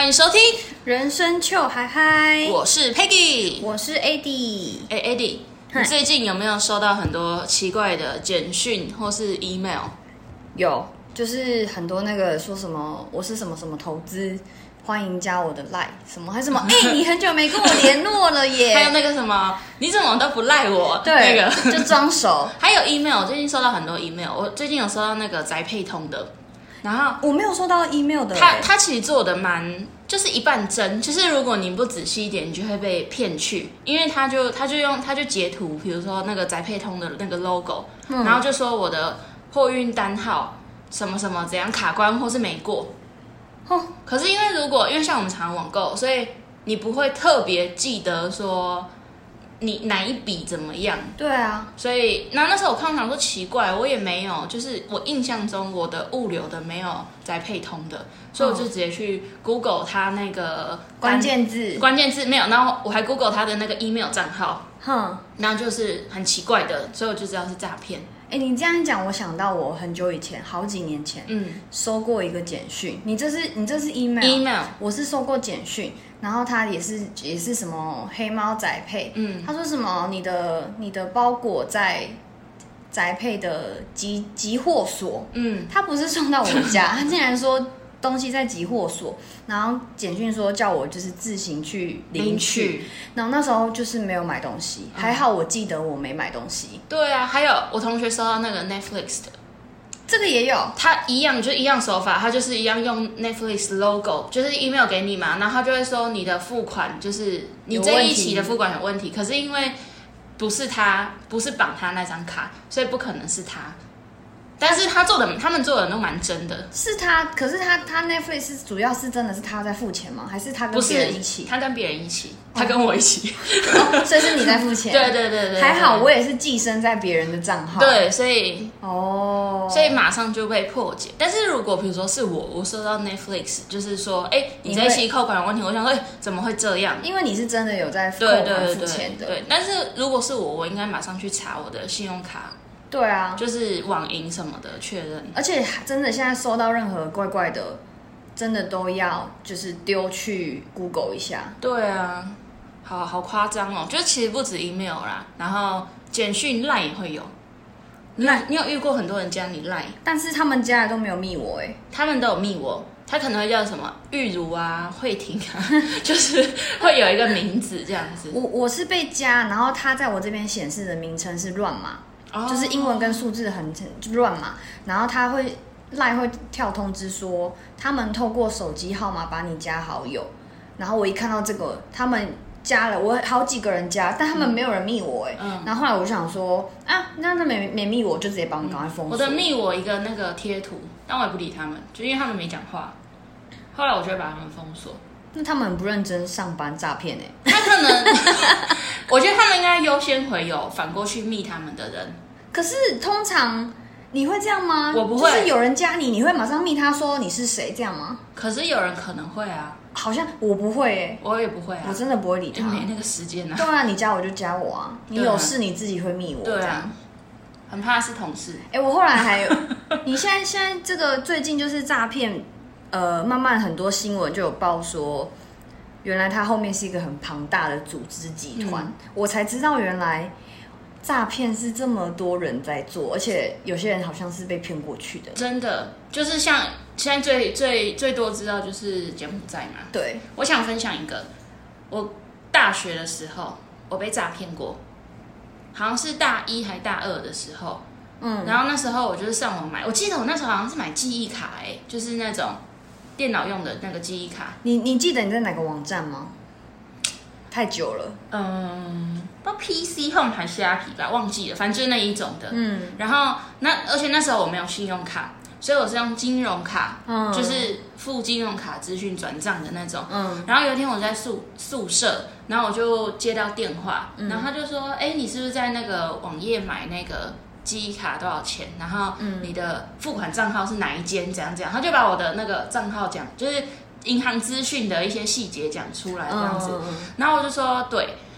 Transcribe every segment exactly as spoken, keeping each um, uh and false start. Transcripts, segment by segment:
欢迎收听人生糗嗨嗨， 我是 Peggy， 我是 Eddie。 哎、欸、，Eddie， 你最近有没有收到很多奇怪的简讯或是 email？ 有，就是很多那个说什么我是什么什么投资，欢迎加我的 Line 什么还什么，哎、欸，你很久没跟我联络了耶。 还有那个什么，你怎么都不赖我？ 对， 那个就装熟。 还有 email， 我最近收到很多 email， 我最近有收到那个宅配通的。然后我没有收到 email 的， 他他其实做的蛮就是一半真，就是如果你不仔细一点，你就会被骗去，因为他就他就用他就截图，比如说那个宅配通的那个 logo，、嗯、然后就说我的货运单号什么什么怎样卡关或是没过。哦，可是因为如果因为像我们常网购，所以你不会特别记得说你哪一笔怎么样？ 对啊， 所以那那时候我看到想说奇怪，我也没有，就是我印象中我的物流的没有宅配通的，所以我就直接去 Google 它那个关键字， 关键字没有，然后我还 Google 它的那个 email 账号， 哼， 然后就是很奇怪的，所以我就知道是诈骗。 哎、欸，你这样讲，我想到我很久以前，好几年前，嗯，收过一个简讯。你这是你这是 email，email， 我是收过简讯，然后他也是也是什么黑猫宅配，嗯，他说什么你的你的包裹在宅配的集集货所，嗯，他不是送到我家，他竟然说东西在集货所，然后简讯说叫我就是自行去领取，然后那时候就是没有买东西，嗯、还好我记得我没买东西。 对啊，还有我同学收到那个 Netflix 的， 这个也有， 他一样就一样手法，他就是一样用 Netflix logo， 就是 email 给你嘛，然后他就会说你的付款就是你这一期的付款有问题，可是因为不是他不是绑他那张卡，所以不可能是他。但是他做的，他们做的都蛮真的。 是他，可是他他 Netflix 主要是真的是他在付钱吗？还是他跟别人一起？ 他跟别人一起，他跟我一起， 哦、所以是你在付钱。 对对对对， 还好我也是寄生在别人的账号。 对，所以哦， 所以马上就被破解。但是如果比如说是我，我收到 Netflix， 就是说，哎、欸，你这一期扣款有问题，我想说，哎、欸，怎么会这样？ 因为你是真的有在扣款付钱的。 对对对对，但是如果是我，我应该马上去查我的信用卡。 对啊， 就是网银什么的确认， 而且真的现在收到任何怪怪的，真的都要就是丢去 Google 一下。 对啊，好好夸张哦！就是其实不止 email 啦，然后简讯 Line 也会有。你你有遇过很多人加你 Line， 但是他们加的都没有密我哎， 他们都有密我，他可能会叫什么玉茹啊、慧婷啊，就是会有一个名字这样子。 我我是被加，然后他在我这边显示的名称是乱码。Oh. 就是英文跟数字很乱嘛，然后他会赖会跳通知说他们透过手机号码把你加好友，然后我一看到这个他们加了我好几个人加，但他们没有人密我哎、嗯，然后后来我就想说啊，那他没没密我就直接帮我赶快封锁、嗯。 我的密我一个那个贴图，但我也不理他们，就因为他们没讲话，后来我就会把他们封锁。 那他们很不认真上班诈骗哎， 他可能我觉得他们应该优先回有反过去密他们的人。 可是通常你会这样吗？ 我不会， 就是有人加你，你会马上密他说你是谁这样吗？ 可是有人可能会啊， 好像我不会哎、欸， 我也不会啊， 我真的不会理他， 没那个时间啊。 对啊，你加我就加我啊，你有事你自己会密我， 对啊，很怕是同事。 哎、欸，我后来还有，你现在现在这个最近就是诈骗，呃，慢慢很多新闻就有报说，原来它后面是一个很庞大的组织集团、嗯，我才知道原来。诈骗是这么多人在做，而且有些人好像是被骗过去的。 真的，就是像现在最最最多知道就是柬埔寨嘛。 对， 我想分享一个，我大学的时候我被诈骗过，好像是大一还大二的时候，嗯，然后那时候我就是上网买，我记得我那时候好像是买记忆卡、欸，哎，就是那种电脑用的那个记忆卡。 你你记得你在哪个网站吗？太久了， 嗯，不知道 P C Home 还是虾皮吧，忘记了，反正就是那一种的。嗯，然后那而且那时候我没有信用卡，所以我是用金融卡，嗯，就是付金融卡资讯转账的那种。嗯，然后有一天我在宿宿舍，然后我就接到电话，嗯、然后他就说：“哎、欸，你是不是在那个网页买那个记忆卡多少钱？然后你的付款账号是哪一间？怎样怎样？”他就把我的那个账号讲，就是。银行资讯的一些细节讲出来这样子，嗯、然后我就说对，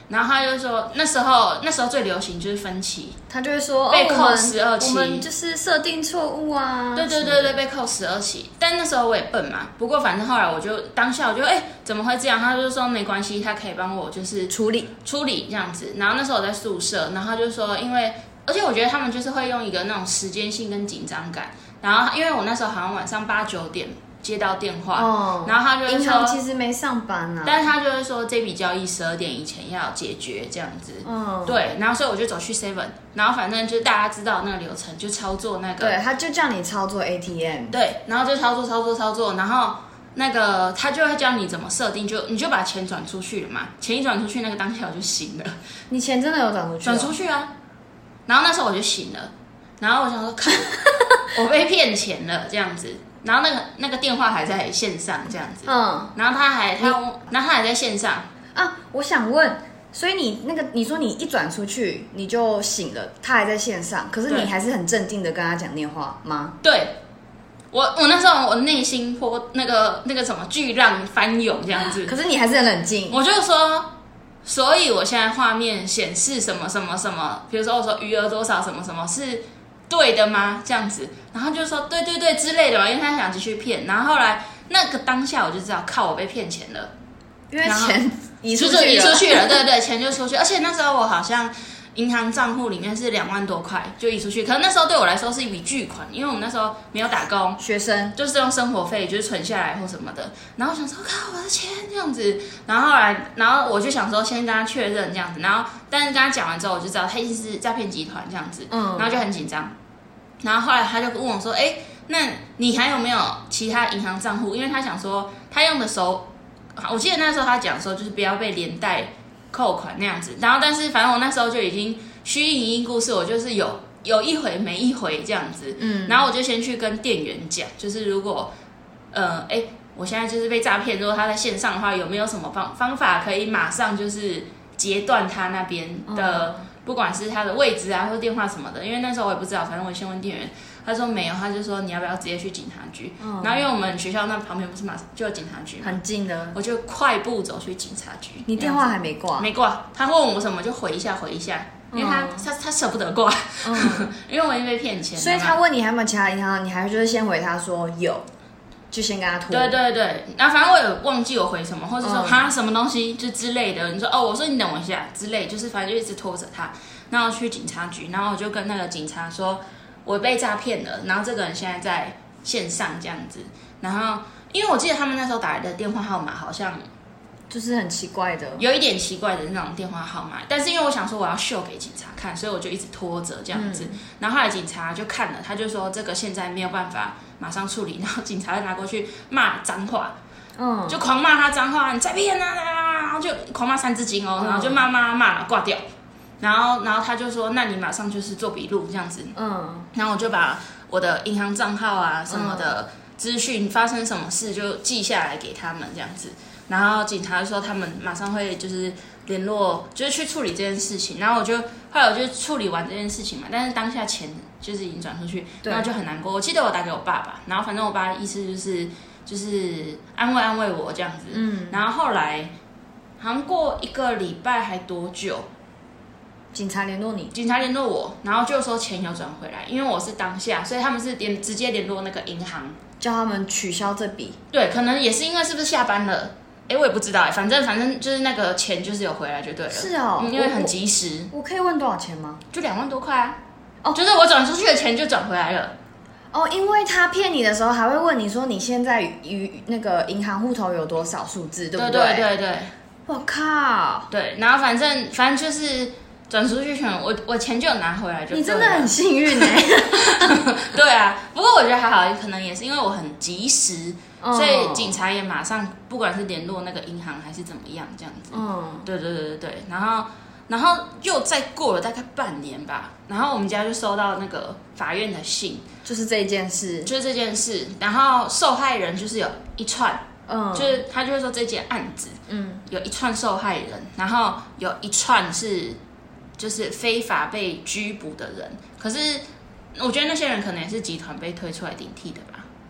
然后他就说那时候那时候最流行就是分期， 他就会说被扣十二期， 我们就是设定错误啊。 对对对对，被扣十二期。但那时候我也笨嘛，不过反正后来我就当下我就哎、欸、怎么会这样？他就说没关系，他可以帮我就是处理处理这样子。然后那时候我在宿舍，然后他就说因为而且我觉得他们就是会用一个那种时间性跟紧张感。然后因为我那时候好像晚上八九点接到电话，哦、然后他就会说银行其实没上班啊， 但是他就会说这笔交易十二点以前要解决这样子，嗯，对，然后所以我就走去 seven， 然后反正就大家知道那个流程，就操作那个， 对，他就叫你操作 A T M， 对，然后就操作操作操作，然后那个他就会教你怎么设定，就你就把钱转出去了嘛，钱一转出去，那个当下我就醒了， 你钱真的有转出去？ 转出去啊，然后那时候我就醒了，然后我想说，看我被骗钱了这样子。然后那个那个电话还在线上这样子，嗯，然后他还他，然后他还在线上啊。我想问，所以你那个你说你一转出去你就醒了，他还在线上，可是你还是很镇定的跟他讲电话吗？ 对，我我那时候我内心波那个那个什么巨浪翻涌这样子， 可是你还是很冷静。 我就说，所以我现在画面显示什么什么什么，比如说我说余额多少什么什么是对的吗？这样子，然后就说对对对之类的嘛，因为他想继续骗。然后后来那个当下我就知道，靠，我被骗钱了， 因为钱移出去了， 就是移出去了，对对，钱就出去。而且那时候我好像银行账户里面是两万多块就移出去，可是那时候对我来说是一笔巨款，因为我们那时候没有打工， 学生就是用生活费就是存下来或什么的。然后我想说，靠，我的钱这样子。然后后来，然后我就想说，先跟他确认这样子。然后，但是跟他讲完之后，我就知道他一定是诈骗集团这样子，嗯，然后就很紧张。然后后来他就问我说：“哎，那你还有没有其他银行账户？因为他想说他用的手，我记得那时候他讲说就是不要被连带扣款那样子。然后但是反正我那时候就已经虚应影音故事，我就是有有一回没一回这样子。嗯，然后我就先去跟店员讲，就是如果呃哎我现在就是被诈骗，如果他在线上的话，有没有什么方方法可以马上就是截断他那边的？嗯不管是他的位置啊，或者电话什么的，因为那时候我也不知道，反正我先问店员，他说没有，他就说你要不要直接去警察局？嗯、然后因为我们学校那旁边不是马上就有警察局， 很近的， 我就快步走去警察局。 你电话还没挂？ 没挂。他问我什么就回一下，回一下，因为他、嗯、他他舍不得挂，嗯、因为我因为被骗钱。 所以他问你还有没有其他银行，你还就是先回他说有。就先跟他拖。 对对对，然后反正我有忘记我回什么，或者说哈、嗯、什么东西就之类的。你说哦，我说你等我一下之类，就是反正就一直拖着他。然后去警察局，然后我就跟那个警察说，我被诈骗了，然后这个人现在在线上这样子。然后因为我记得他们那时候打来的电话号码好像就是很奇怪的， 有一点奇怪的那种电话号码。但是因为我想说我要秀给警察看，所以我就一直拖着这样子。嗯、然后后来警察就看了，他就说这个现在没有办法马上处理，然后警察就拿过去骂脏话，嗯，就狂骂他脏话，你再骗啊，然后就狂骂三字经哦，然后就骂骂骂了挂掉。然后，然后他就说：“那你马上就是做笔录这样子。”嗯，然后我就把我的银行账号啊什么的资讯，发生什么事就记下来给他们这样子。然后警察就说他们马上会就是联络，就是去处理这件事情。然后我就后来我就处理完这件事情嘛，但是当下钱就是已经转出去，然后就很难过。我记得我打给我爸爸，然后反正我爸的意思就是就是安慰安慰我这样子。嗯，然后后来好像过一个礼拜还多久？ 警察联络你， 警察联络我，然后就说钱有转回来，因为我是当下，所以他们是联直接联络那个银行， 叫他们取消这笔。 对，可能也是因为是不是下班了，哎，我也不知道哎，反正反正就是那个钱就是有回来就对了。 是哦， 嗯、因为很及时我。我可以问多少钱吗？ 就两万多块啊。哦，就是我转出去的钱就转回来了。 哦，因为他骗你的时候还会问你说你现在与那个银行户头有多少数字，对不对？ 对对对对。 我靠。 对，然后反正反正就是。转出去钱，我我钱就有拿回来就对了。 你真的很幸运哎。 对啊，不过我觉得还好，可能也是因为我很及时，哦、所以警察也马上，不管是联络那个银行还是怎么样，这样子。嗯，对对对对对。然后然后又再过了大概半年吧，然后我们家就收到那个法院的信， 就是这件事， 就是这件事。然后受害人就是有一串。嗯，就是他就会说这件案子，嗯，有一串受害人，然后有一串是。就是非法被拘捕的人，可是我觉得那些人可能也是集团被推出来顶替的吧。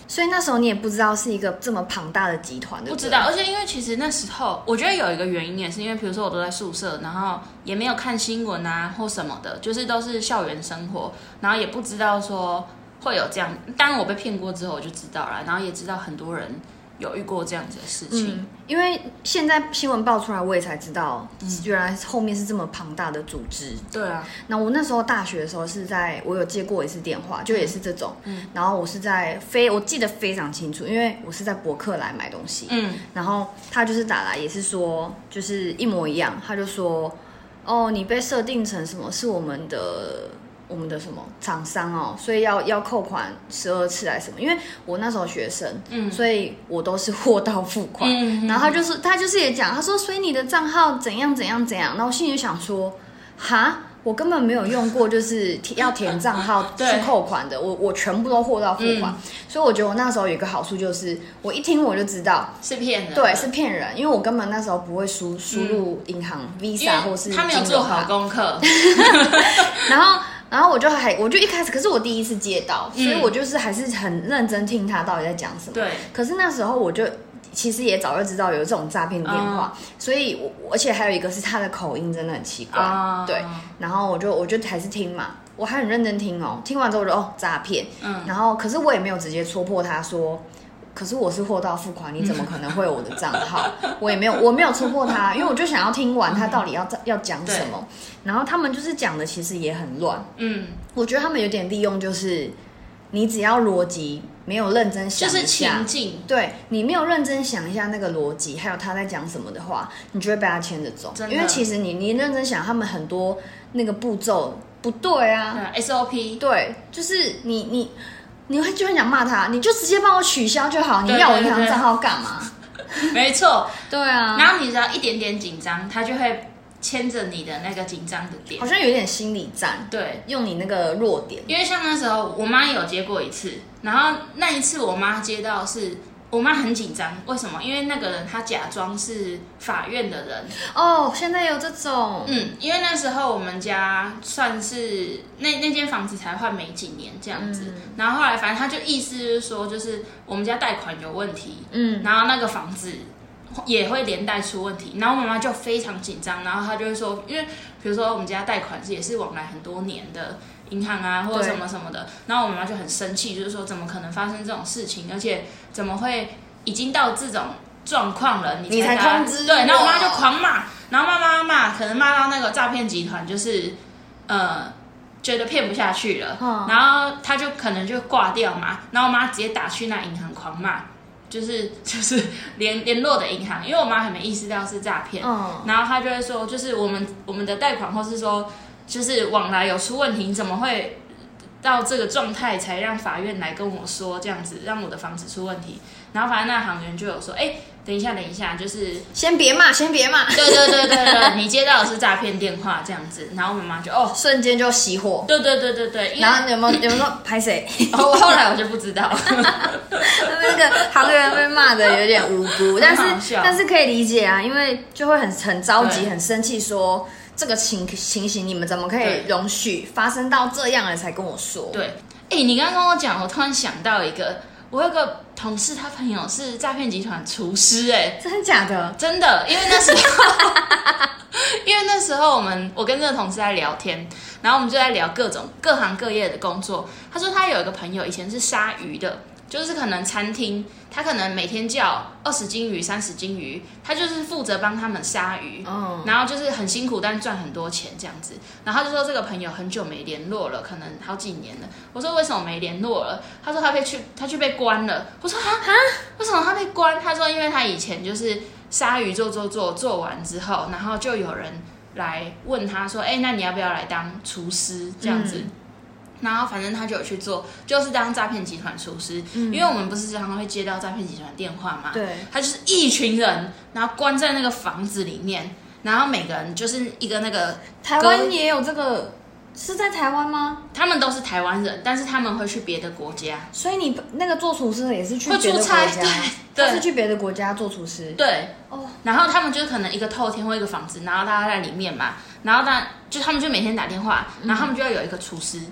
所以那时候你也不知道是一个这么庞大的集团，对不对？ 不知道，而且因为其实那时候我觉得有一个原因也是因为，比如说我都在宿舍，然后也没有看新闻啊或什么的，就是都是校园生活，然后也不知道说会有这样。当然我被骗过之后我就知道了，然后也知道很多人有遇过这样子的事情。 嗯，因为现在新闻爆出来，我也才知道，嗯、原来后面是这么庞大的组织。 对啊。 那我那时候大学的时候是在，我有接过一次电话，就也是这种。嗯。然后我是在非，我记得非常清楚，因为我是在博客来买东西。嗯。然后他就是打来，也是说，就是一模一样，他就说，哦，你被设定成什么？是我们的。我们的什么厂商哦，所以要要扣款十二次还是什么？因为我那时候学生，嗯，所以我都是货到付款。嗯，然后他就是他就是也讲，他说所以你的账号怎样怎样怎样，然后我心里就想说，哈，我根本没有用过，就是要填账号去扣款的，我我全部都货到付款，嗯，所以我觉得我那时候有一个好处就是，我一听我就知道是骗人， 对，是骗人，因为我根本那时候不会输输入银行、嗯、Visa 或是他没有做好功课， 然后。然后我就还，我就一开始，可是我第一次接到，所以我就是还是很认真听他到底在讲什么。 对。 可是那时候我就其实也早就知道有这种诈骗电话，嗯，所以我而且还有一个是他的口音真的很奇怪，嗯，对。然后我就我就还是听嘛，我还很认真听哦，听完之后我就哦诈骗，嗯。然后可是我也没有直接戳破他说。可是我是货到付款，你怎么可能会有我的账号？我也没有，我没有戳破他，因为我就想要听完他到底要要讲什么。然后他们就是讲的其实也很乱，嗯，我觉得他们有点利用，就是你只要逻辑没有认真想一下， 就是情境， 对你没有认真想一下那个逻辑，还有他在讲什么的话，你就会被他牵着走。因为其实你你认真想，他们很多那个步骤不对啊， 嗯，S O P， 对，就是你你。你会就很想骂他，你就直接帮我取消就好，你要我银行账号干嘛？ 没错， 对啊。 然后你只要一点点紧张，他就会牵着你的那个紧张的点， 好像有点心理战。 对， 用你那个弱点。 因为像那时候我妈也有接过一次，然后那一次我妈接到是。我妈很紧张，为什么？因为那个人他假装是法院的人哦，现在有这种， 嗯，因为那时候我们家算是那那间房子才换没几年这样子，嗯，然后后来反正他就意思就是说，就是我们家贷款有问题，嗯，然后那个房子也会连带出问题，然后我妈妈就非常紧张，然后她就会说，因为比如说我们家贷款是也是往来很多年的。银行啊，或者什么什么的，然后我妈妈就很生气，就是说怎么可能发生这种事情，而且怎么会已经到这种状况了， 你才通知？ 对，然后我妈就狂骂，然后骂骂骂，可能骂到那个诈骗集团就是呃觉得骗不下去了，嗯，然后他就可能就挂掉嘛，然后我妈直接打去那银行狂骂。就是就是联联络的银行，因为我妈还没意识到是诈骗，嗯，然后她就会说，就是我们我们的贷款或是说就是往来有出问题，你怎么会到这个状态才让法院来跟我说这样子，让我的房子出问题？然后反正那行员就有说，哎，等一下等一下，就是先别骂，先别骂， 对对对对对，你接到的是诈骗电话这样子，然后我妈妈就哦， 瞬间就熄火， 对对对对对， 然后有没有有没有说拍谁？ 哦，后来我就不知道， 那个行员被骂的有点无辜，但是但是可以理解啊，因为就会很很着急、很生气，说这个情情形你们怎么可以容许发生到这样了才跟我说？ 对，哎，你刚刚跟我讲，我突然想到一个。我有个同事，他朋友是诈骗集团厨师，哎， 真的假的？ 真的，因为那时候，因为那时候我们我跟这个同事在聊天，然后我们就在聊各种各行各业的工作。他说他有一个朋友以前是杀鱼的，就是可能餐厅，他可能每天叫二十斤鱼、三十斤鱼，他就是负责帮他们杀鱼，哦，然后就是很辛苦，但赚很多钱这样子。然后他就说这个朋友很久没联络了，可能好几年了。我说为什么没联络了？他说他被去他去被关了。我说啊，为什么他被关？他说因为他以前就是杀鱼做做做做完之后，然后就有人来问他说，哎，那你要不要来当厨师这样子？嗯，然后反正他就有去做，就是当诈骗集团厨师，嗯，因为我们不是常常会接到诈骗集团电话嘛， 对， 他就是一群人，然后关在那个房子里面，然后每个人就是一个那个台湾也有这个，是在台湾吗？ 他们都是台湾人，但是他们会去别的国家， 所以你那个做厨师的也是去别的国家，对，他是去别的国家做厨师， 对，哦，然后他们就可能一个透天或一个房子，然后大家在里面嘛，然后他就他们就每天打电话，然后他们就要有一个厨师。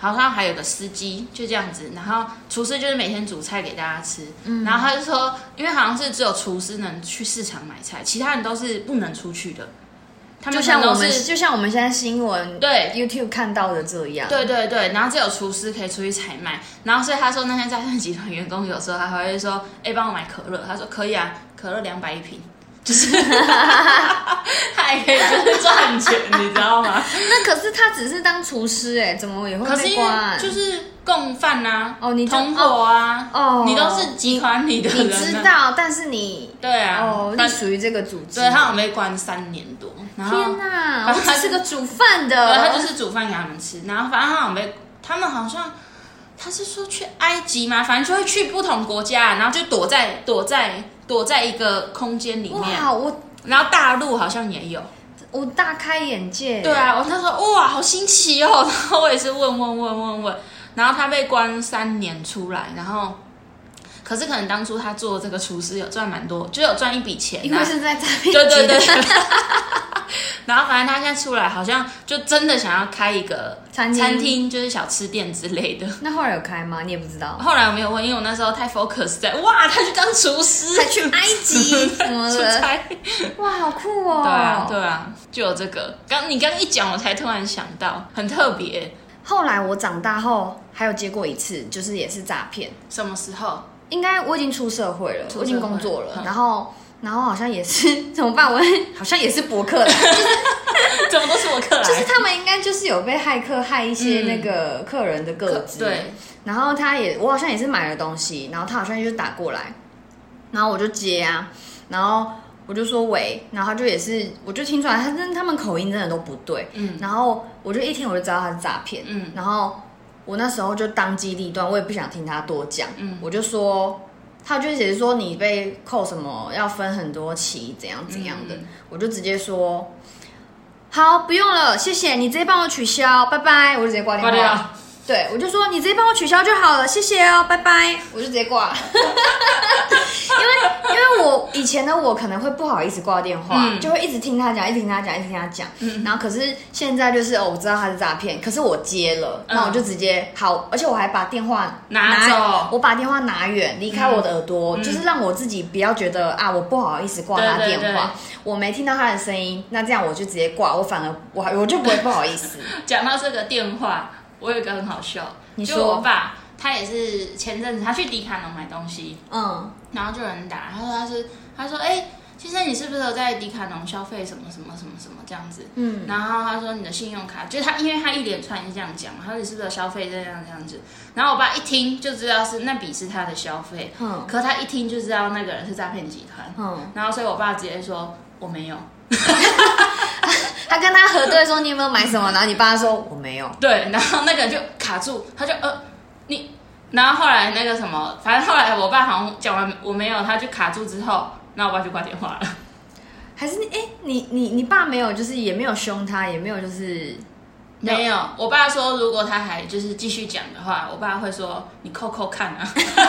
好像还有个司机，就这样子。然后厨师就是每天煮菜给大家吃。嗯、然后他就说，因为好像是只有厨师能去市场买菜，其他人都是不能出去的。他们就像我们就像我们现在新闻对 YouTube 看到的这样。 对对对，然后只有厨师可以出去采买。然后所以他说那些诈骗集团员工有时候他还会说，哎、欸，帮我买可乐。他说可以啊，可乐两百一瓶。就是他还可以就是赚钱，你知道吗？ 那可是他只是当厨师哎、欸，怎么也会被关？ 可是就是共犯啊， 哦，你同伙啊， 哦， 你都是集团里的人、啊， 你知道，但是你对啊， 哦，你属于这个组织， 对，他有被关三年多。然后天哪，我只是个煮饭的， 他就是煮饭给他们吃，然后反正他好像被他们好像。他是说去埃及吗？反正就会去不同国家，然后就躲在躲在躲在一个空间里面。 哇，我然后大陆好像也有， 我大开眼界。 对啊，我他说哇，好新奇哦。然后我也是问问问问问，然后他被关三年出来，然后可是可能当初他做这个厨师有赚蛮多，就有赚一笔钱、啊， 因为是在诈骗。 对对对。然后反正他现在出来，好像就真的想要开一个餐厅，餐厅就是小吃店之类的。 那后来有开吗？你也不知道。 后来我没有问，因为我那时候太 focus 在哇，他去当厨师， 还去埃及什么的，哇，好酷哦！ 对啊，对啊，就有这个。刚你刚一讲，我才突然想到，很特别。 后来我长大后还有接过一次，就是也是诈骗。 什么时候？ 应该我已经出社会了， 会我已经工作了，然后。然后好像也是怎么办？我好像也是博客来， 怎么都是博客来？ 就是他们应该就是有被骇客害一些那个客人的个资、嗯， 对。 然后他也，我好像也是买了东西，然后他好像就打过来，然后我就接啊，然后我就说喂，然后他就也是，我就听出来他真他们口音真的都不对，嗯。然后我就一听我就知道他是诈骗，嗯。然后我那时候就当机立断，我也不想听他多讲，嗯，我就说。他就只是说你被扣什么要分很多期怎样怎样的、嗯，我就直接说好不用了，谢谢你直接帮我取消，拜拜，我就直接挂电话。挂掉。对，我就说你直接帮我取消就好了，谢谢哦，拜拜，我就直接挂。因为因为我以前的我可能会不好意思挂电话，嗯、就会一直听他讲，一直听他讲，一直听他讲。嗯、然后可是现在就是哦，我知道他是诈骗，可是我接了，那、嗯、我就直接好，而且我还把电话拿走， 我把电话拿远，离开我的耳朵、嗯，就是让我自己不要觉得啊，我不好意思挂他电话，对对对，我没听到他的声音，那这样我就直接挂，我反而我我就不会不好意思。 讲到这个电话。我有一个很好笑， 你说就我爸他也是前阵子他去迪卡侬买东西，嗯，然后就有人打，他说他是他说哎、欸，先生你是不是有在迪卡侬消费什么什么什么什么这样子，嗯，然后他说你的信用卡，就是他因为他一连串是这样讲嘛，他说你是不是有消费这样这样子，然后我爸一听就知道是那笔是他的消费，嗯，可他一听就知道那个人是诈骗集团，嗯，然后所以我爸直接说我没有。 他跟他核对说你有没有买什么，然后你爸说我没有。 对，然后那个人就卡住，他就呃你，然后后来那个什么，反正后来我爸好像讲完我没有，他就卡住之后，然后我爸就挂电话了。 还是你哎，你你你爸没有，就是也没有凶他，也没有就是没有。我爸说如果他还就是继续讲的话，我爸会说你扣扣看啊。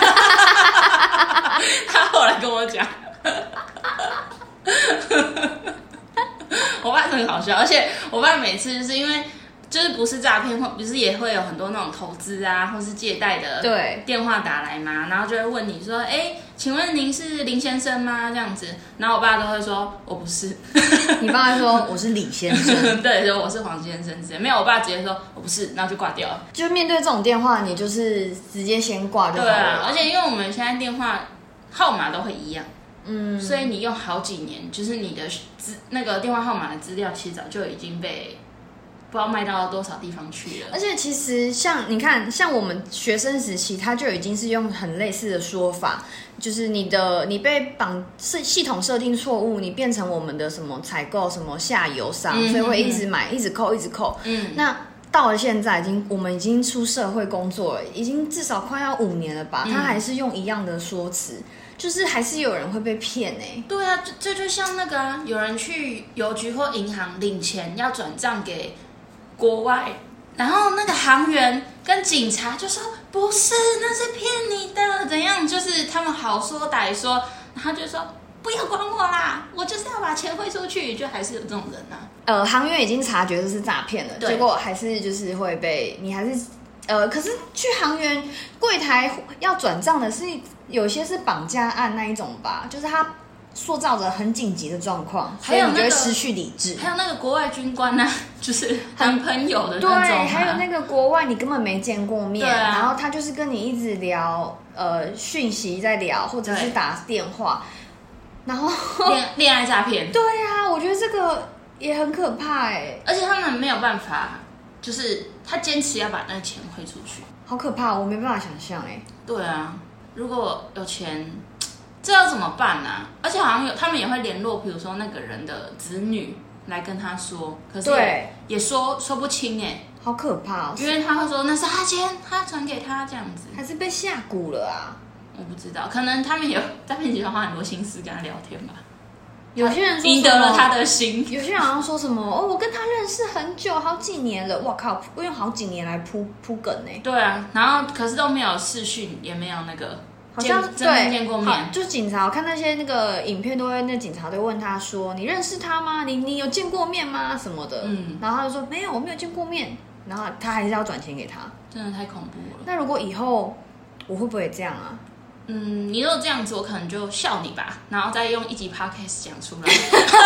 他后来跟我讲。我爸很好笑，而且我爸每次就是因为就是不是诈骗，或不是也会有很多那种投资啊，或是借贷的电话打来嘛，然后就会问你说，哎，请问您是林先生吗？这样子，然后我爸都会说我不是。 你爸会说我是李先生， 对，说我是黄先生之类，没有，我爸直接说我不是，然后就挂掉了。 就面对这种电话，你就是直接先挂就好了。 对啊，而且因为我们现在电话号码都会一样。嗯，所以你用好几年，就是你的资那个电话号码的资料，其实早就已经被不知道卖到多少地方去了。 而且其实像你看，像我们学生时期，他就已经是用很类似的说法，就是你的你被绑是系统设定错误，你变成我们的什么采购什么下游商，嗯、所以会一直买，一直扣，一直扣。嗯，那。到了现在，已经我们已经出社会工作了，已经至少快要五年了吧？嗯、他还是用一样的说辞，就是还是有人会被骗哎、欸。 对啊，这就像那个啊，有人去邮局或银行领钱要转账给国外，然后那个行员跟警察就说不是，那是骗你的，怎样？就是他们好说歹说，然后就说。不要管我啦，我就是要把钱汇出去，就还是有这种人啊。 呃，行员已经察觉这是诈骗了，结果还是就是会被你还是呃，可是去航员柜台要转账的是有些是绑架案那一种吧，就是他塑造着很紧急的状况，所以你就会失去理智。 还有那个国外军官啊，就是男朋友的那种、 啊。对，还有那个国外你根本没见过面，啊、然后他就是跟你一直聊呃讯息在聊，或者是打电话，然后恋恋爱诈骗。 对啊，我觉得这个也很可怕哎、欸， 而且他们没有办法，就是他坚持要把那钱汇出去， 好可怕，我没办法想象哎、欸。 对啊，如果有钱。这要怎么办啊？而且好像有他们也会联络，比如说那个人的子女来跟他说，可是 也, 也说说不清哎、欸， 好可怕、哦！ 因为他会说那是他钱，他传给他这样子， 还是被下蛊了啊？ 我不知道，可能他们有诈骗集团花很多心思跟他聊天吧。 有些人说赢得了他的心， 有些人好像说什么哦，我跟他认识很久，好几年了，我靠，我用好几年来铺铺梗呢、欸。 对啊，然后可是都没有视讯，也没有那个。 好像对，见过面， 就是警察，我看那些那个影片都会，那警察都问他说：“你认识他吗？你你有见过面吗？什么的？”嗯，然后他就说：“没有，我没有见过面。”然后他还是要转钱给他， 真的太恐怖了。 那如果以后我会不会这样啊？ 嗯，你如果这样子，我可能就笑你吧，然后再用一集 podcast 讲出来，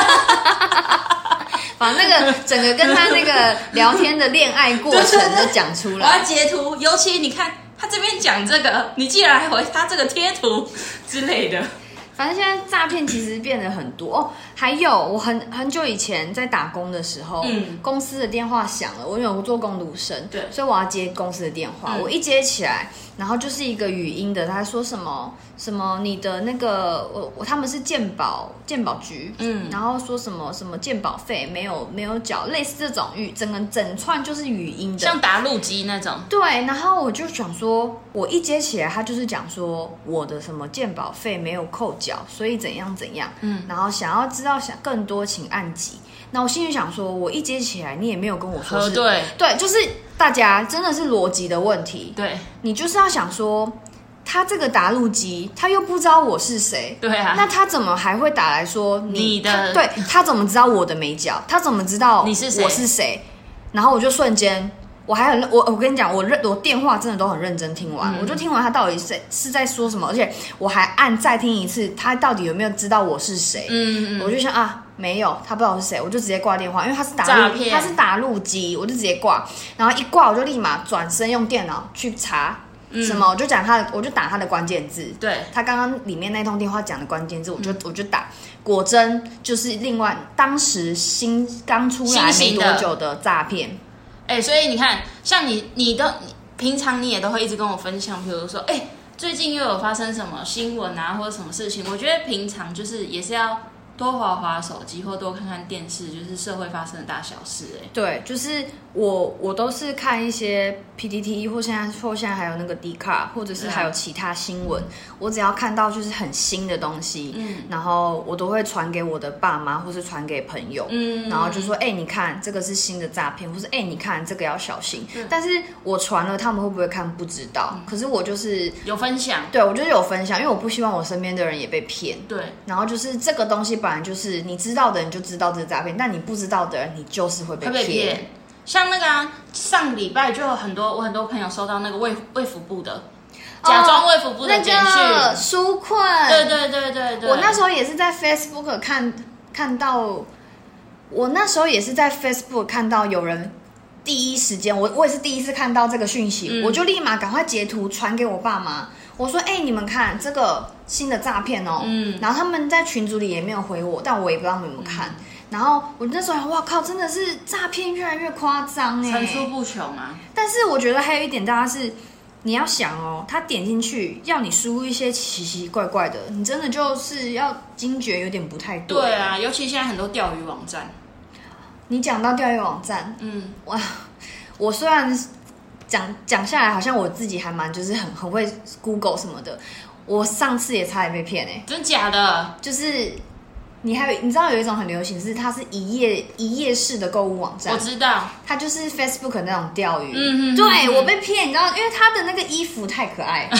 把那个整个跟他那个聊天的恋爱过程都讲出来。 我要截图，尤其你看。他这边讲这个，你竟然还回他这个贴图之类的。 反正现在诈骗其实变得很多哦。还有，我很很久以前在打工的时候，嗯，公司的电话响了，我因为我做工读生， 对， 所以我要接公司的电话。嗯、我一接起来，然后就是一个语音的，他说什么什么你的那个我我他们是健保健保局，嗯，然后说什么什么健保费没有没有缴，类似这种语，整个整串就是语音的， 像打录机那种。 对，然后我就想说，我一接起来，他就是讲说我的什么健保费没有扣缴。所以怎样怎样，嗯，然后想要知道想更多，请按几。那我心里想说，我一接起来，你也没有跟我说是， 对对，就是大家真的是逻辑的问题。 对， 你就是要想说，他这个打录机，他又不知道我是谁， 对啊， 那他怎么还会打来说你, 你的？ 他对他怎么知道我的没缴？他怎么知道你是谁？ 我是谁？然后我就瞬间。我还很我我跟你讲，我认我电话真的都很认真听完，嗯、我就听完他到底是是在说什么，而且我还按再听一次，他到底有没有知道我是谁？嗯嗯，我就想啊，没有，他不知道我是谁，我就直接挂电话，因为他是打录他是打录机，我就直接挂，然后一挂我就立马转身用电脑去查。嗯、什么？我就讲他的，我就打他的关键字。 对， 他刚刚里面那通电话讲的关键字，我就、嗯、我就打。果真就是另外当时新刚出来没多久的诈骗。 哎、欸，所以你看，像你，你都平常你也都会一直跟我分享，比如说，哎、欸，最近又有发生什么新闻啊，或者什么事情？我觉得平常就是也是要多滑滑手机，或多看看电视，就是社会发生的大小事、欸。哎， 对，就是我我都是看一些 P T T 或现在或现在还有那个 D 卡，或者是还有其他新闻，嗯、我只要看到就是很新的东西，嗯，然后我都会传给我的爸妈，或是传给朋友，嗯，然后就说，哎、欸，你看这个是新的诈骗，或是哎、欸，你看这个要小心。嗯、但是我传了，他们会不会看不知道，嗯、可是我就是有分享， 对我就是有分享，因为我不希望我身边的人也被骗， 对， 然后就是这个东西本来就是你知道的人就知道这是诈骗，但你不知道的人你就是会被骗。会被骗像那个啊，上礼拜就有很多我很多朋友收到那个卫卫福部的假装卫福部的简讯， 那个纾困， 对对对对对。 我那时候也是在 Facebook 看看到，我那时候也是在 Facebook 看到有人第一时间，我我也是第一次看到这个讯息，嗯、我就立马赶快截图传给我爸妈，我说：“哎、欸，你们看这个新的诈骗哦。”嗯，然后他们在群组里也没有回我，但我也不知道他们有没有看。嗯然后我那时候，哇靠，真的是诈骗越来越夸张哎， 层出不穷啊！ 但是我觉得还有一点，大家是你要想哦，他点进去要你输入一些奇奇怪怪的，你真的就是要惊觉有点不太对。 对啊，尤其现在很多钓鱼网站。 你讲到钓鱼网站，嗯，哇，我虽然讲讲下来，好像我自己还蛮就是很很会 Google 什么的，我上次也差点被骗哎， 真假的？ 就是。你还有你知道有一种很流行是它是一页一页式的购物网站， 我知道， 它就是 Facebook 那种钓鱼。 嗯哼， 对嗯哼我被骗，你知道，因为它的那个衣服太可爱了。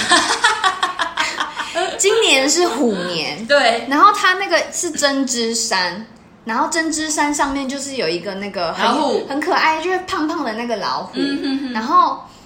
今年是虎年， 对， 然后它那个是针织衫，然后针织衫上面就是有一个那个很老虎， 很可爱，就是胖胖的那个老虎。嗯哼哼然后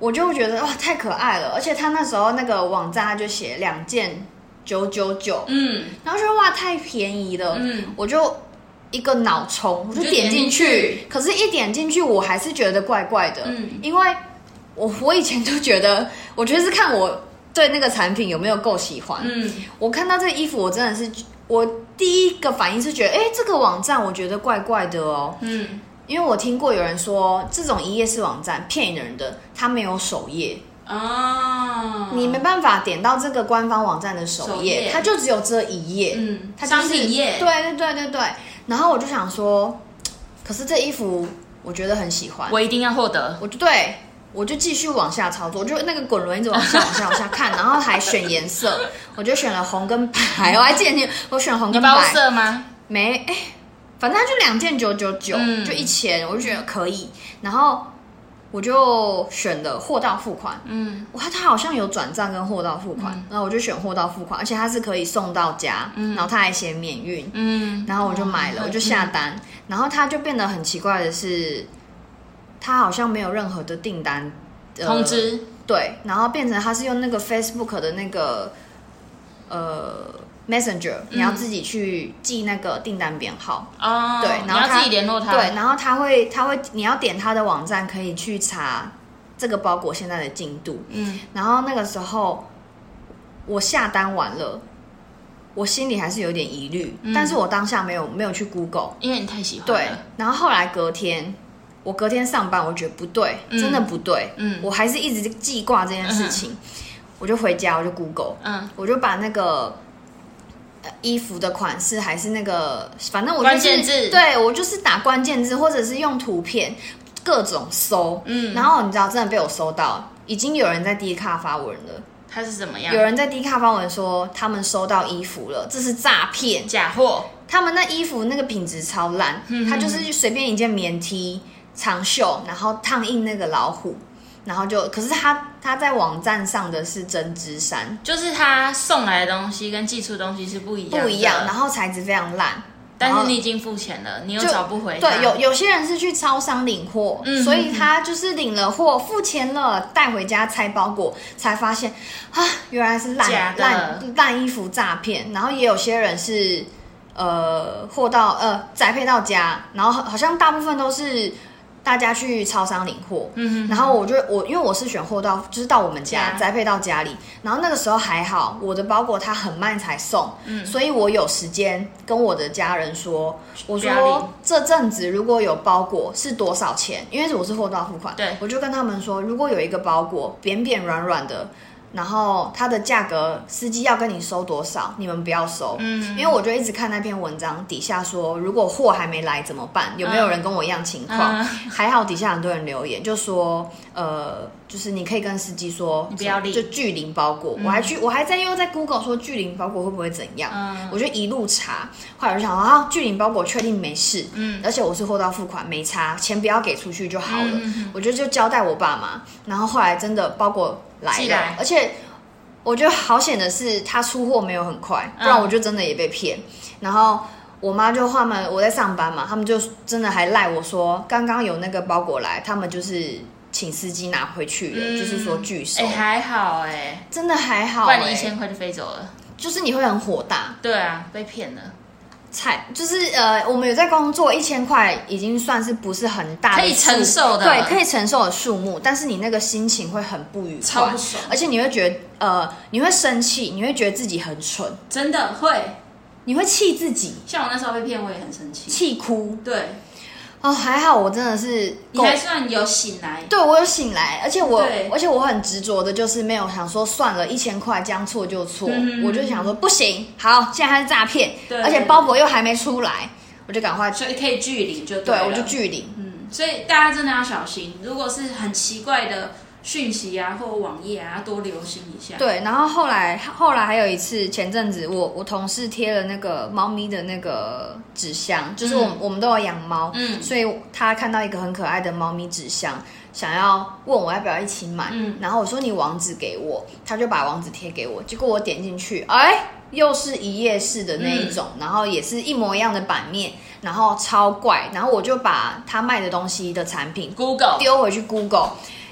我就觉得哇太可爱了，而且他那时候那个网站他就写两件九九九，嗯，然后觉得哇太便宜了，嗯，我就一个脑冲，我就点进去，可是，一点进去我还是觉得怪怪的，嗯，因为我我以前就觉得，我觉得是看我对那个产品有没有够喜欢，嗯，我看到这个衣服，我真的是我第一个反应是觉得，哎，这个网站我觉得怪怪的哦，嗯。因为我听过有人说，这种一页式网站骗人的，它没有首页哦，你没办法点到这个官方网站的首页，它就只有这一页，嗯，它就是商品页， 对对对对对。然后我就想说，可是这衣服我觉得很喜欢， 我一定要获得， 我就对我就继续往下操作，我就那个滚轮一直往下往下往下看，然后还选颜色，我就选了红跟白，我还记得你，我选红跟白， 你包色吗？ 没，哎。反正它就两件九九九，就一千，我就觉得可以，然后我就选了货到付款。嗯，哇，它好像有转账跟货到付款，嗯、然后我就选货到付款，而且它是可以送到家，嗯、然后它还写免运，嗯，然后我就买了，我就下单，嗯、然后它就变得很奇怪的是，它好像没有任何的订单、 呃、通知， 对，然后变成它是用那个 Facebook 的那个呃。Messenger， 你要自己去记那个订单编号哦， 对，然后你要自己联络他， 对，然后他会，他会，你要点他的网站，可以去查这个包裹现在的进度。嗯，然后那个时候我下单完了，我心里还是有点疑虑，嗯、但是我当下没有没有去 Google， 因为你太喜欢了。 对，然后后来隔天，我隔天上班，我觉得不对，嗯、真的不对，嗯，我还是一直记挂这件事情，嗯、我就回家，我就 Google， 嗯，我就把那个。衣服的款式还是那个，反正我就是关键字， 对我就是打关键字，或者是用图片各种搜，嗯，然后你知道真的被我搜到，已经有人在 D 卡发文了。 他是怎么样？ 有人在 D 卡发文说他们收到衣服了，这是诈骗， 假货。 他们那衣服那个品质超烂，嗯、他就是随便一件棉 T 长袖，然后烫印那个老虎。然后就，可是他他在网站上的是针织衫， 就是他送来的东西跟寄出的东西是不一样的， 不一样，然后材质非常烂， 但是你已经付钱了，你又找不回他。 对，有有些人是去超商领货，嗯、所以他就是领了货，付钱了，带回家拆包裹，才发现啊，原来是烂烂烂衣服诈骗。然后也有些人是呃货到呃宅配到家，然后好像大部分都是。大家去超商领货，嗯、然后我就我因为我是选货到就是到我们家宅配到家里，然后那个时候还好，我的包裹它很慢才送，嗯、所以我有时间跟我的家人说，我说这阵子如果有包裹是多少钱，因为我是货到付款， 对， 我就跟他们说，如果有一个包裹扁扁软软的。然后它的价格，司机要跟你收多少，你们不要收。嗯，因为我就一直看那篇文章底下说，如果货还没来怎么办？有没有人跟我一样情况？嗯、还好底下很多人留言，就说，呃，就是你可以跟司机说， 你不要领， 就拒领包裹。嗯、我还去，我还在又在 Google 说拒领包裹会不会怎样？嗯，我就一路查，后来我就想啊，拒领包裹确定没事。嗯，而且我是货到付款，没差，钱不要给出去就好了。嗯、我就就交代我爸妈，然后后来真的包裹。来了，来而且我觉得好险的是，他出货没有很快，不然我就真的也被骗。嗯、然后我妈就他们我在上班嘛，他们就真的还赖我说，刚刚有那个包裹来，他们就是请司机拿回去了，嗯、就是说拒收。 哎、欸，还好哎、欸， 真的还好、欸， 不然你一千块就飞走了。 就是你会很火大。 对啊，被骗了。 菜就是呃，我们有在工作，一千块已经算是不是很大的可以承受的， 对，可以承受的数目，但是你那个心情会很不愉快， 超不爽， 而且你会觉得呃，你会生气，你会觉得自己很蠢， 真的会， 你会气自己。 像我那时候被骗，我也很生气， 气哭， 对。 哦，还好我真的是， 你还算有醒来， 对我有醒来，而且我，而且我很执着的，就是没有想说算了，一千块将错就错，嗯、我就想说不行，好，现在它是诈骗，而且包裹又还没出来，我就赶快， 所以可以拒领就对了， 对，我就拒领， 嗯，所以大家真的要小心，如果是很奇怪的讯息啊或网页啊，要多留心一下。 对，然后后来后来还有一次，前阵子我我同事贴了那个猫咪的那个纸箱，就是我、嗯、我们都有养猫，嗯，所以他看到一个很可爱的猫咪纸箱，想要问我要不要一起买，嗯，然后我说你网址给我，他就把网址贴给我，结果我点进去，哎，又是一页式的那一种，嗯、然后也是一模一样的版面，然后超怪，然后我就把他卖的东西的产品 Google 丢回去 Google。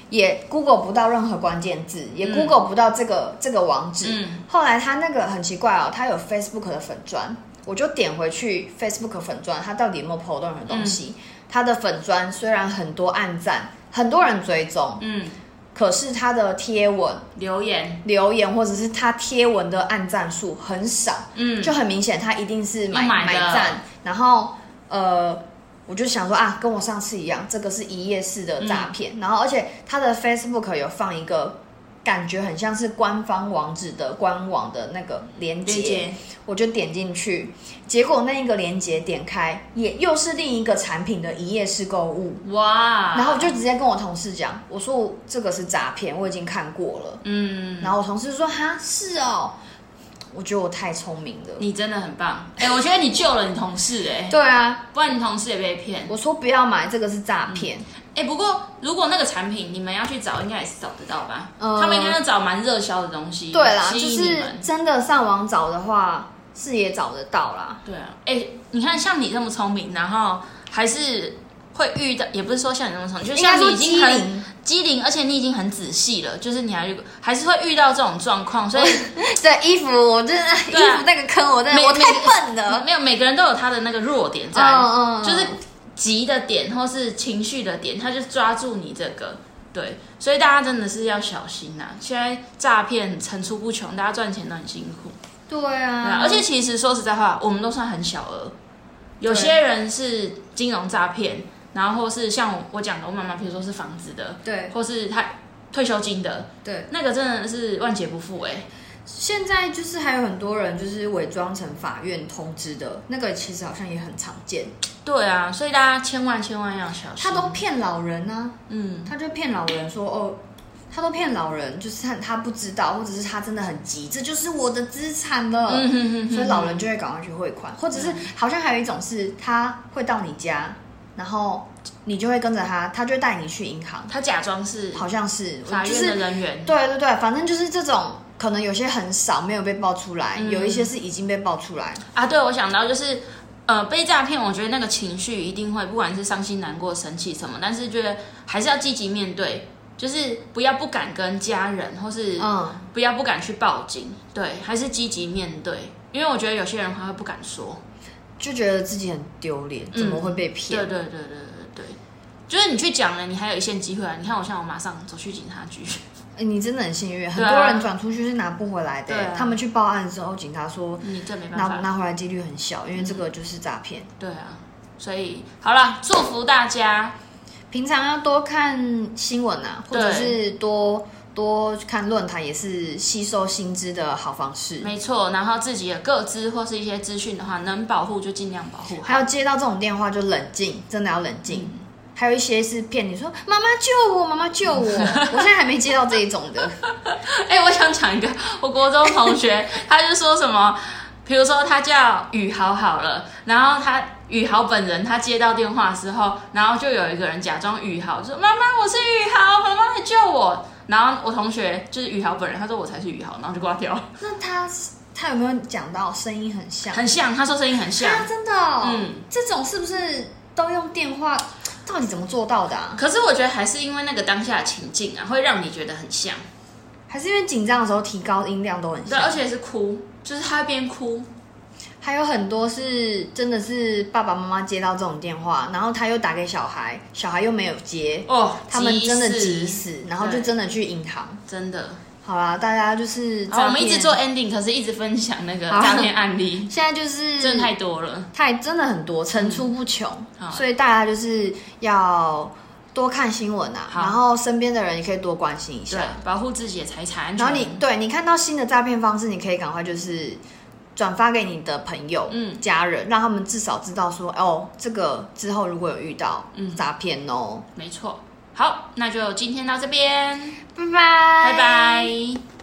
也 Google 不到任何关键字，也 Google 不到这个、嗯、这个网址。嗯、后来他那个很奇怪哦，他有 Facebook 的粉专，我就点回去 Facebook 粉专，他到底有没有 po 任何东西？嗯、他的粉专虽然很多按赞，很多人追踪，嗯，可是他的贴文、 留言、 留言或者是他贴文的按赞数很少，嗯，就很明显他一定是买买赞，然后呃。我就想说啊，跟我上次一样，这个是一页式的诈骗、嗯。然后，而且他的 Facebook 有放一个感觉很像是官方网址的官网的那个连结，我就点进去，结果那一个连结点开，也又是另一个产品的一页式购物。哇！然后我就直接跟我同事讲，我说我这个是诈骗，我已经看过了。嗯。然后我同事说哈，是哦。我觉得我太聪明了， 你真的很棒。哎、欸，我觉得你救了你同事哎、欸。 对啊， 不然你同事也被骗。 我说不要买，这个是诈骗。 哎、嗯欸，不过如果那个产品你们要去找，应该也是找得到吧？嗯、他们应该要找蛮热销的东西。 对啦，就是真的上网找的话，是也找得到啦。 对啊，哎、欸，你看像你这么聪明，然后还是会遇到，也不是说像你这么聪明，就像你已经很。机灵，而且你已经很仔细了，就是你还还是会遇到这种状况，所以对衣服，我真的、啊、衣服那个坑，我真的我太笨了。 没有，每个人都有他的那个弱点在，嗯嗯、就是急的点或是情绪的点，他就抓住你这个。对，所以大家真的是要小心呐、啊！现在诈骗层出不穷，大家赚钱都很辛苦。 对啊， 对啊，而且其实说实在话，我们都算很小额，有些人是金融诈骗。然后或是像我讲的，我妈妈比如说是房子的， 对， 或是她退休金的， 对， 那个真的是万劫不复哎、欸。 现在就是还有很多人就是伪装成法院通知的，那个其实好像也很常见。 对啊，所以大家千万千万要小心。 他都骗老人啊，嗯，他就骗老人说哦，他都骗老人，就是他他不知道，或者是他真的很急，这就是我的资产了，嗯、哼哼哼所以老人就会赶快去汇款，或者是好像还有一种是他会到你家。然后你就会跟着他，他就会带你去银行。 他假装是， 好像是法院的人员。 对对对，反正就是这种，可能有些很少没有被爆出来，嗯、有一些是已经被爆出来。 啊，对，我想到就是，呃，被诈骗，我觉得那个情绪一定会，不管是伤心、难过、生气什么，但是觉得还是要积极面对，就是不要不敢跟家人，或是嗯，不要不敢去报警，对，还是积极面对，因为我觉得有些人他会不敢说。 就觉得自己很丢脸，怎么会被骗？ 嗯、对对对对对对，就是你去讲了，你还有一线机会啊！你看我像我马上走去警察局， 欸、你真的很幸运，很多人转出去是拿不回来的、欸啊。他们去报案之后，警察说你这没办法， 拿拿回来几率很小，因为这个就是诈骗、嗯。 对啊，所以好了，祝福大家， 平常要多看新闻啊，或者是多。多看论坛也是吸收新知的好方式。 没错，然后自己的个资或是一些资讯的话，能保护就尽量保护好。 还有接到这种电话就冷静，真的要冷静。嗯、还有一些是骗你说妈妈救我，妈妈救我，我现在还没接到这一种的。 哎、欸，我想讲一个，我国中同学，他就说什么，比如说他叫宇豪好了，然后他宇豪本人他接到电话的时候，然后就有一个人假装宇豪说妈妈我是宇豪，妈妈来救我。然后我同学就是宇豪本人，他说我才是宇豪，然后就挂掉。 那他他有没有讲到声音很像？ 很像，他说声音很像。 啊，真的、哦？嗯，这种是不是都用电话？到底怎么做到的啊？ 可是我觉得还是因为那个当下的情境啊，会让你觉得很像。 还是因为紧张的时候提高音量都很像。 对，而且是哭，就是他边哭。 还有很多是真的是爸爸妈妈接到这种电话，然后他又打给小孩，小孩又没有接，哦，他们真的急死，然后就真的去银行， 真的。 好啦，大家就是好，我们一直做 ending， 可是一直分享那个诈骗案例， 现在就是真的太多了， 太真的很多，层出不穷、嗯，所以大家就是要多看新闻啊，然后身边的人也可以多关心一下， 对，保护自己的财产安全。 然后你对你看到新的诈骗方式，你可以赶快就是转发给你的朋友、嗯、家人，让他们至少知道说，哦，这个之后如果有遇到诈骗哦， 没错。好，那就今天到这边， 拜拜， 拜拜。